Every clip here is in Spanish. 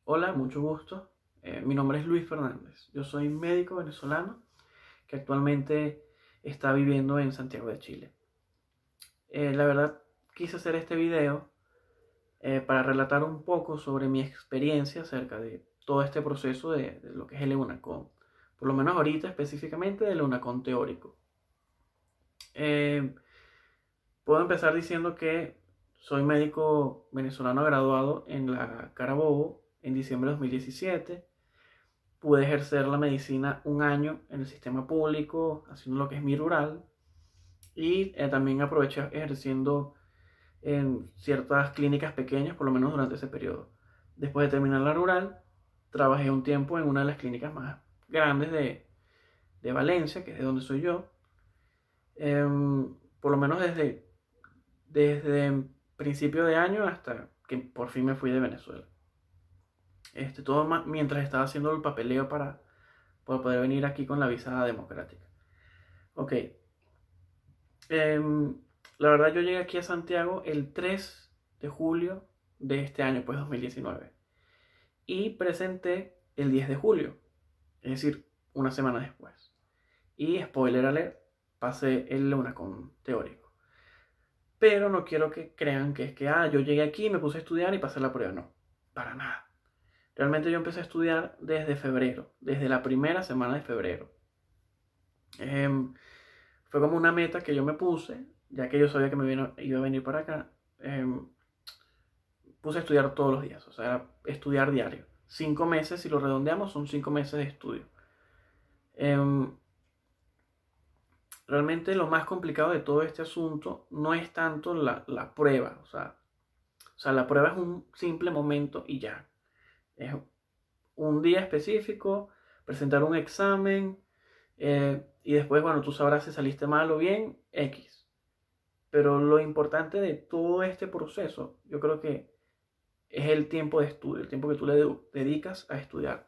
Hola, mucho gusto. Mi nombre es Luis Fernández. Yo soy médico venezolano que actualmente está viviendo en Santiago de Chile. La verdad, quise hacer este video para relatar un poco sobre mi experiencia acerca de todo este proceso de lo que es el EUNACOM. Por lo menos ahorita específicamente del EUNACOM teórico. Eh, Puedo empezar diciendo que soy médico venezolano graduado en la Carabobo en diciembre de 2017. Pude ejercer la medicina un año en el sistema público, haciendo lo que es mi rural, y también aproveché ejerciendo en ciertas clínicas pequeñas, por lo menos durante ese periodo. Después de terminar la rural, trabajé un tiempo en una de las clínicas más grandes de Valencia, que es de donde soy yo, por lo menos desde principio de año hasta que por fin me fui de Venezuela. Todo mientras estaba haciendo el papeleo para poder venir aquí con la visa democrática. Ok, la verdad yo llegué aquí a Santiago el 3 de julio de este año, pues 2019. Y presenté el 10 de julio, es decir, una semana después. Y spoiler alert, pasé el UNACOM teórico. Pero no quiero que crean que es que, yo llegué aquí, me puse a estudiar y pasé la prueba. No, para nada. Realmente yo empecé a estudiar desde febrero, desde la primera semana de febrero. Fue como una meta que yo me puse, ya que yo sabía que iba a venir para acá. Puse a estudiar todos los días, o sea, estudiar diario. 5 meses, si lo redondeamos, son 5 meses de estudio. Em, Realmente lo más complicado de todo este asunto no es tanto la prueba, o sea, la prueba es un simple momento y ya. Es un día específico, presentar un examen, y después, bueno, tú sabrás si saliste mal o bien, X. Pero lo importante de todo este proceso, yo creo que es el tiempo de estudio, el tiempo que tú le dedicas a estudiar.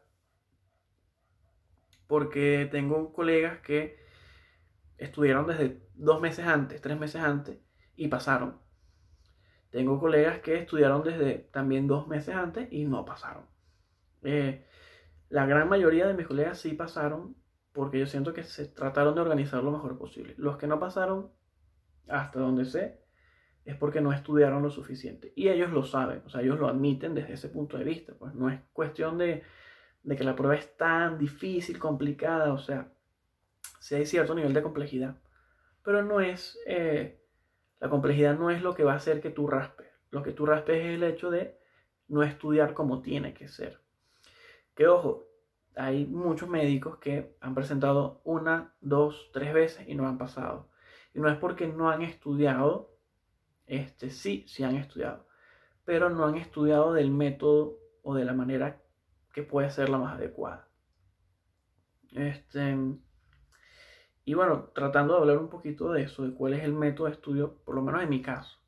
Porque tengo colegas que estudiaron desde 2 meses antes, 3 meses antes y pasaron. Tengo colegas que estudiaron desde también 2 meses antes y no pasaron. Eh, la gran mayoría de mis colegas sí pasaron porque yo siento que se trataron de organizar lo mejor posible. Los que no pasaron, hasta donde sé, es porque no estudiaron lo suficiente. Y ellos lo saben, o sea, ellos lo admiten desde ese punto de vista. Pues no es cuestión de que la prueba es tan difícil, complicada, o sea, sí hay cierto nivel de complejidad, pero no es, la complejidad no es lo que va a hacer que tú raspes. Lo que tú raspes es el hecho de no estudiar como tiene que ser. Que ojo, hay muchos médicos que han presentado una, dos, tres veces y no han pasado. Y no es porque no han estudiado, sí han estudiado, pero no han estudiado del método o de la manera que puede ser la más adecuada. Este, y bueno, tratando de hablar un poquito de eso, de cuál es el método de estudio, por lo menos en mi caso.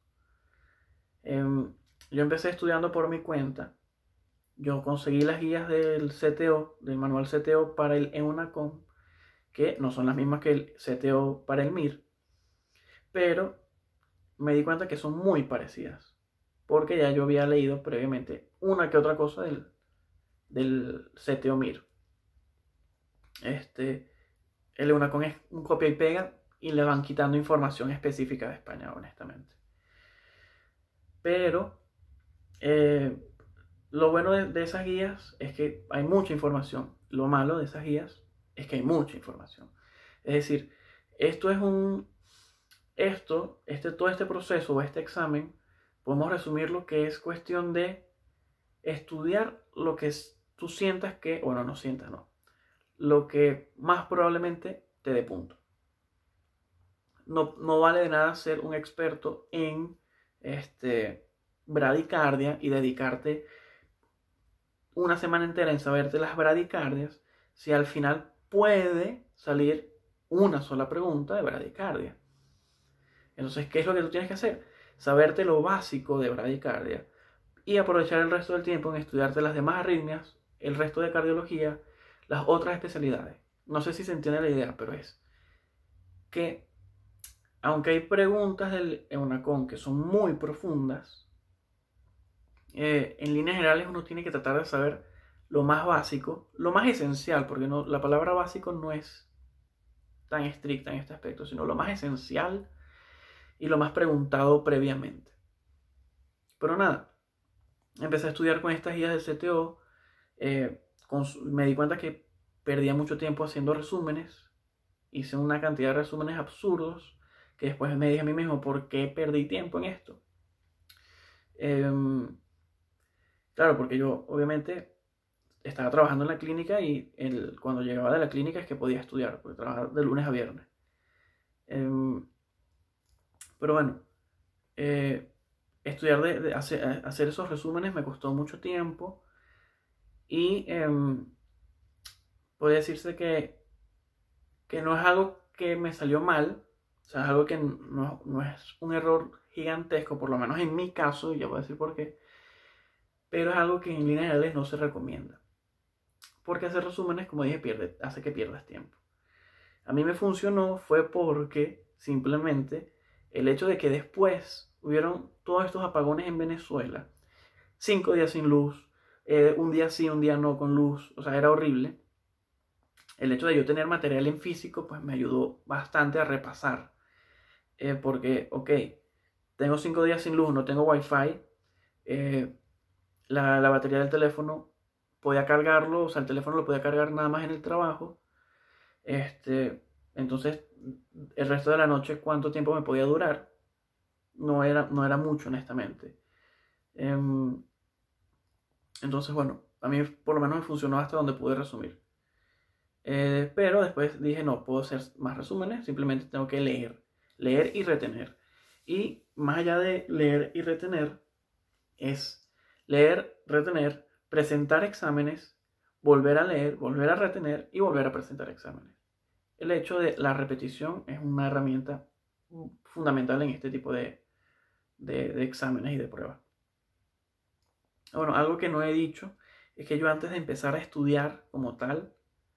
Yo empecé estudiando por mi cuenta. Yo conseguí las guías del CTO, del manual CTO para el EUNACOM, que no son las mismas que el CTO para el MIR, pero me di cuenta que son muy parecidas, porque ya yo había leído previamente una que otra cosa del CTO MIR. El EUNACOM es un copia y pega y le van quitando información específica de España, honestamente. Pero eh, lo bueno de esas guías es que hay mucha información. Lo malo de esas guías es que hay mucha información. Es decir, esto es un, todo este proceso o este examen, podemos resumirlo que es cuestión de estudiar lo que tú sientas que, bueno, no sientas, no, lo que más probablemente te dé punto. No, no vale de nada ser un experto en bradicardia y dedicarte una semana entera en saberte las bradicardias si al final puede salir una sola pregunta de bradicardia. Entonces, ¿qué es lo que tú tienes que hacer? Saberte lo básico de bradicardia y aprovechar el resto del tiempo en estudiarte las demás arritmias, el resto de cardiología, las otras especialidades. No sé si se entiende la idea, pero es que aunque hay preguntas del EUNACOM que son muy profundas, En líneas generales uno tiene que tratar de saber lo más básico, lo más esencial, porque no, la palabra básico no es tan estricta en este aspecto, sino lo más esencial y lo más preguntado previamente. Pero nada, empecé a estudiar con estas guías del CTO, me di cuenta que perdía mucho tiempo haciendo resúmenes, hice una cantidad de resúmenes absurdos, que después me dije a mí mismo, ¿por qué perdí tiempo en esto? Claro, porque yo obviamente estaba trabajando en la clínica y cuando llegaba de la clínica es que podía estudiar, porque trabajaba de lunes a viernes. Pero bueno, estudiar hacer esos resúmenes me costó mucho tiempo y podría decirse que no es algo que me salió mal, o sea, es algo que no es un error gigantesco, por lo menos en mi caso, y ya voy a decir por qué, pero es algo que en líneas generales no se recomienda. Porque hacer resúmenes, como dije, hace que pierdas tiempo. A mí me funcionó fue porque simplemente el hecho de que después hubieron todos estos apagones en Venezuela, 5 días sin luz, un día sí, un día no con luz, o sea, era horrible. El hecho de yo tener material en físico, pues me ayudó bastante a repasar. Porque, ok, tengo 5 días sin luz, no tengo wifi, la batería del teléfono podía cargarlo, o sea, el teléfono lo podía cargar nada más en el trabajo. Entonces, el resto de la noche, ¿cuánto tiempo me podía durar? No era mucho, honestamente. Entonces, bueno, a mí por lo menos me funcionó hasta donde pude resumir. Pero después dije, no, puedo hacer más resúmenes, simplemente tengo que leer y retener. Y más allá de leer y retener, es leer, retener, presentar exámenes, volver a leer, volver a retener y volver a presentar exámenes. El hecho de la repetición es una herramienta fundamental en este tipo de exámenes y de pruebas. Bueno, algo que no he dicho es que yo antes de empezar a estudiar como tal,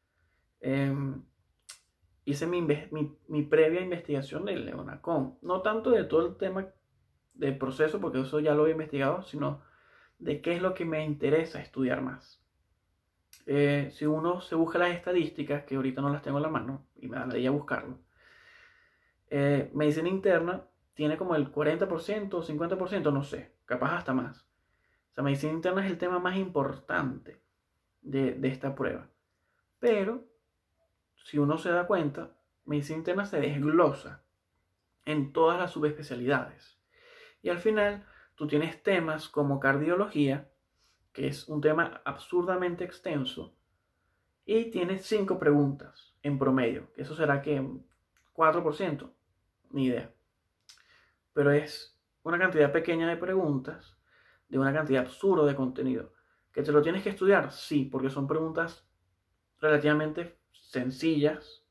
hice mi previa investigación del Leonacom. No tanto de todo el tema del proceso, porque eso ya lo he investigado, sino de qué es lo que me interesa estudiar más. Si uno se busca las estadísticas, que ahorita no las tengo en la mano, y me da la idea buscarlo, medicina interna tiene como el 40% o 50%, no sé, capaz hasta más. O sea, medicina interna es el tema más importante de esta prueba. Pero, si uno se da cuenta, medicina interna se desglosa en todas las subespecialidades. Y al final, tú tienes temas como cardiología, que es un tema absurdamente extenso, y tienes 5 preguntas en promedio, que eso será que 4%, ni idea. Pero es una cantidad pequeña de preguntas de una cantidad absurda de contenido. ¿Que te lo tienes que estudiar? Sí, porque son preguntas relativamente sencillas,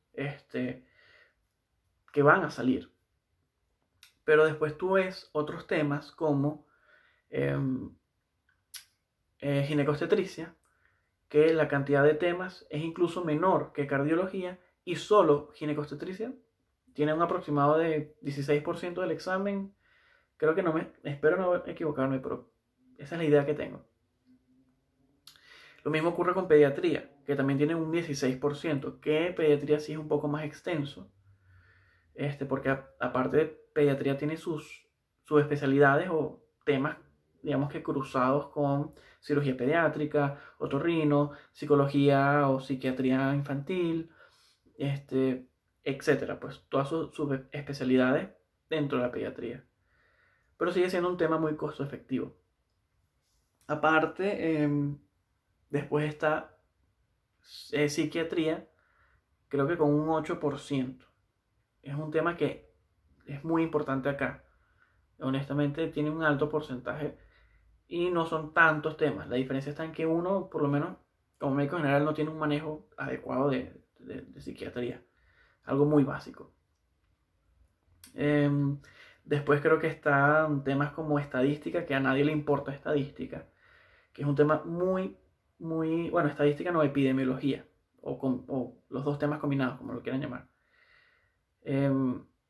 que van a salir. Pero después tú ves otros temas como ginecobstetricia, que la cantidad de temas es incluso menor que cardiología, y solo ginecobstetricia tiene un aproximado de 16% del examen. Creo que espero no equivocarme, pero esa es la idea que tengo. Lo mismo ocurre con pediatría, que también tiene un 16%, que pediatría sí es un poco más extenso, porque aparte de pediatría tiene sus especialidades o temas, digamos que cruzados con cirugía pediátrica, otorrino, psicología o psiquiatría infantil, etcétera, pues todas sus especialidades dentro de la pediatría. Pero sigue siendo un tema muy costo efectivo. Aparte, después está psiquiatría, creo que con un 8%. Es un tema que es muy importante acá. Honestamente, tiene un alto porcentaje y no son tantos temas. La diferencia está en que uno, por lo menos, como médico general, no tiene un manejo adecuado de psiquiatría. Algo muy básico. Después creo que están temas como estadística, que a nadie le importa estadística, que es un tema muy, muy, bueno, estadística no, epidemiología, o los dos temas combinados, como lo quieran llamar.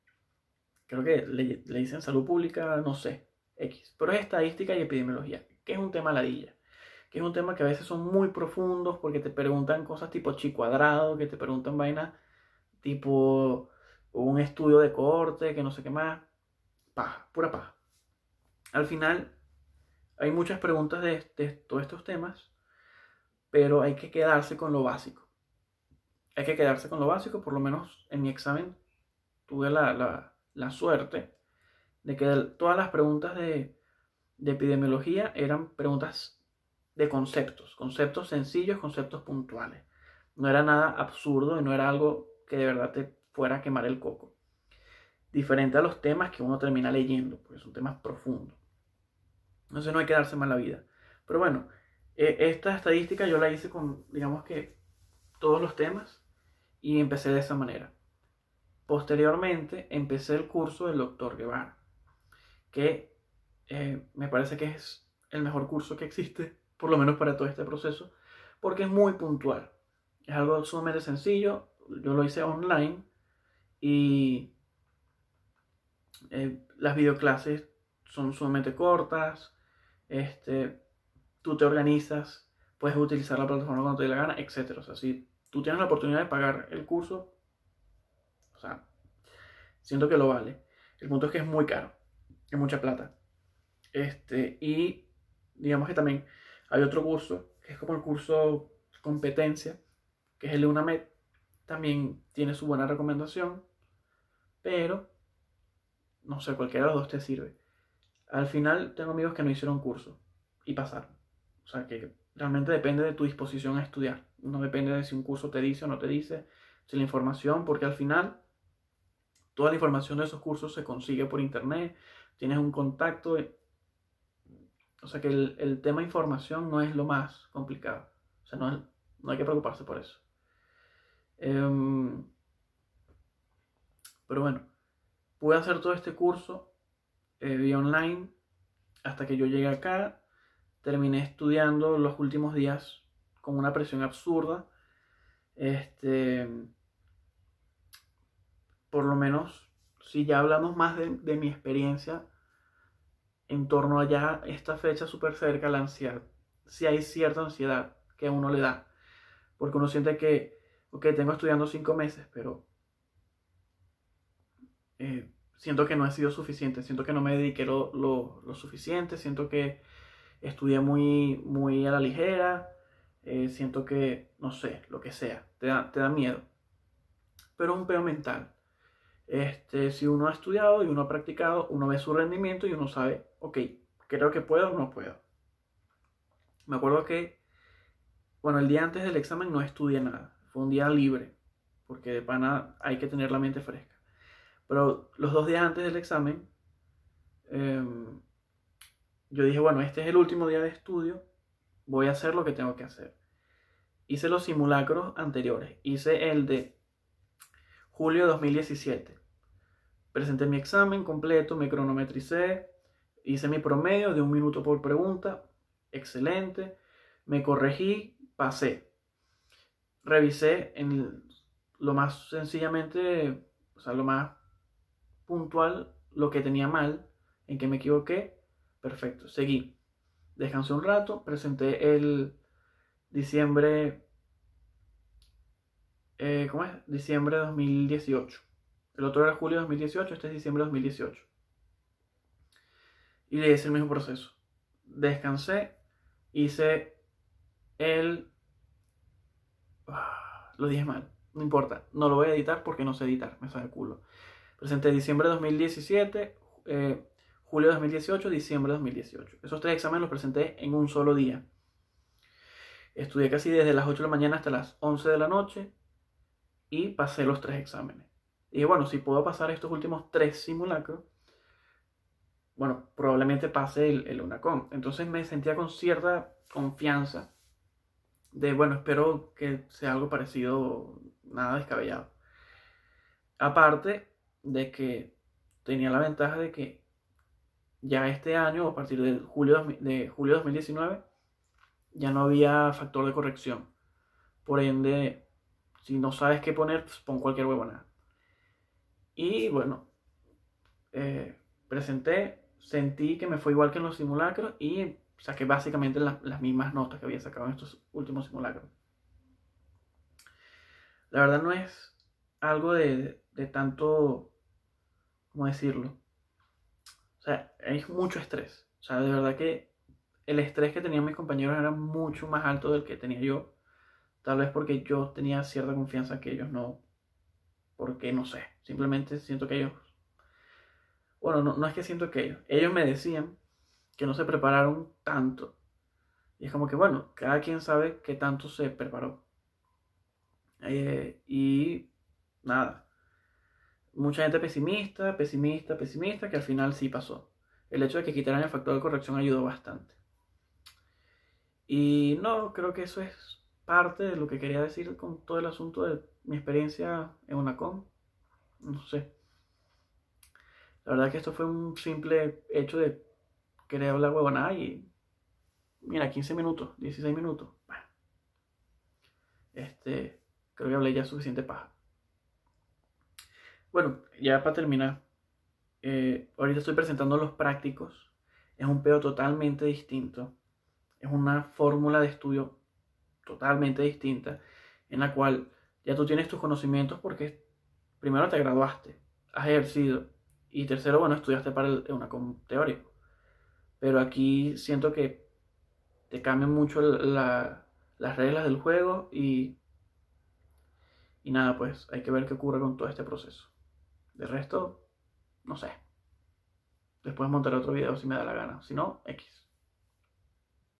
Creo que le dicen salud pública, no sé, X, pero es estadística y epidemiología, que es un tema ladilla, que es un tema que a veces son muy profundos porque te preguntan cosas tipo chi cuadrado, que te preguntan vainas tipo un estudio de corte, que no sé qué más, paja, pura paja. Al final hay muchas preguntas de todos estos temas, pero hay que quedarse con lo básico. Hay que quedarse con lo básico, por lo menos en mi examen tuve la suerte de que todas las preguntas de epidemiología eran preguntas de conceptos sencillos, conceptos puntuales. No era nada absurdo y no era algo que de verdad te fuera a quemar el coco. Diferente a los temas que uno termina leyendo, porque son temas profundos. Entonces no hay que darse mal la vida. Pero bueno, esta estadística yo la hice con, digamos que, todos los temas y empecé de esa manera. Posteriormente empecé el curso del doctor Guevara, que me parece que es el mejor curso que existe, por lo menos para todo este proceso, porque es muy puntual. Es algo sumamente sencillo. Yo lo hice online y las videoclases son sumamente cortas. Tú te organizas, puedes utilizar la plataforma cuando te dé la gana, etc. O sea, si tú tienes la oportunidad de pagar el curso, o sea, siento que lo vale. El punto es que es muy caro, es mucha plata. Y digamos que también hay otro curso, que es como el curso competencia, que es el de UNAMED. También tiene su buena recomendación, pero no sé, cualquiera de los dos te sirve. Al final tengo amigos que no hicieron curso y pasaron. O sea que realmente depende de tu disposición a estudiar. No depende de si un curso te dice o no te dice, si la información, porque al final toda la información de esos cursos se consigue por internet, tienes un contacto. O sea que el tema información no es lo más complicado. O sea, no hay que preocuparse por eso. Pero bueno, pude hacer todo este curso vía online hasta que yo llegué acá. Terminé estudiando los últimos días con una presión absurda. Por lo menos, si ya hablamos más de mi experiencia en torno a ya esta fecha súper cerca, la ansiedad. Si hay cierta ansiedad que a uno le da. Porque uno siente que, ok, tengo estudiando 5 meses, pero siento que no ha sido suficiente. Siento que no me dediqué lo suficiente. Siento que estudié muy, muy a la ligera. Siento que, no sé, lo que sea, te da miedo. Pero es un peo mental. Si uno ha estudiado y uno ha practicado, uno ve su rendimiento y uno sabe, ok, creo que puedo o no puedo. Me acuerdo que, bueno, el día antes del examen no estudié nada. Fue un día libre, porque de pana hay que tener la mente fresca. Pero los 2 días antes del examen, yo dije, bueno, este es el último día de estudio, voy a hacer lo que tengo que hacer. Hice los simulacros anteriores. Hice el de julio de 2017. Presenté mi examen completo, me cronometricé, hice mi promedio de 1 minuto por pregunta. Excelente. Me corregí, pasé. Revisé en lo más sencillamente, o sea, lo más puntual, lo que tenía mal, en que me equivoqué. Perfecto, seguí. Descansé un rato, presenté el diciembre, ¿cómo es? Diciembre de 2018. El otro era julio de 2018, este es diciembre de 2018. Y le hice el mismo proceso. Descansé, hice el... lo dije mal, no importa. No lo voy a editar porque no sé editar, me sale culo. Presenté diciembre de 2017, julio de 2018, diciembre de 2018. Esos 3 exámenes los presenté en un solo día. Estudié casi desde las 8 de la mañana hasta las 11 de la noche y pasé los 3 exámenes. Y bueno, si puedo pasar estos últimos 3 simulacros, bueno, probablemente pase el UNACOM. Entonces me sentía con cierta confianza de, bueno, espero que sea algo parecido, nada descabellado. Aparte de que tenía la ventaja de que ya este año, a partir de julio de 2019, ya no había factor de corrección. Por ende, si no sabes qué poner, pues pon cualquier huevonada. Y bueno, presenté, sentí que me fue igual que en los simulacros y saqué básicamente las mismas notas que había sacado en estos últimos simulacros. La verdad no es algo de tanto, ¿cómo decirlo? O sea, hay mucho estrés. O sea, de verdad que el estrés que tenían mis compañeros era mucho más alto del que tenía yo. Tal vez porque yo tenía cierta confianza que ellos no. Porque no sé. Simplemente siento que ellos. Bueno, no es que siento que ellos. Ellos me decían que no se prepararon tanto. Y es como que, bueno, cada quien sabe qué tanto se preparó. Y nada. Mucha gente pesimista, pesimista, pesimista, que al final sí pasó. El hecho de que quitaran el factor de corrección ayudó bastante. Y no, creo que eso es parte de lo que quería decir con todo el asunto de mi experiencia en UNACOM. No sé. La verdad que esto fue un simple hecho de querer hablar huevonada y mira, 15 minutos, 16 minutos. Bueno, creo que hablé ya suficiente paja. Bueno, ya para terminar, ahorita estoy presentando los prácticos. Es un pedo totalmente distinto. Es una fórmula de estudio totalmente distinta en la cual ya tú tienes tus conocimientos porque primero te graduaste, has ejercido y tercero, bueno, estudiaste para una teórico. Pero aquí siento que te cambian mucho las reglas del juego y nada, pues hay que ver qué ocurre con todo este proceso. De resto, no sé. Después montaré otro video si me da la gana. Si no, X.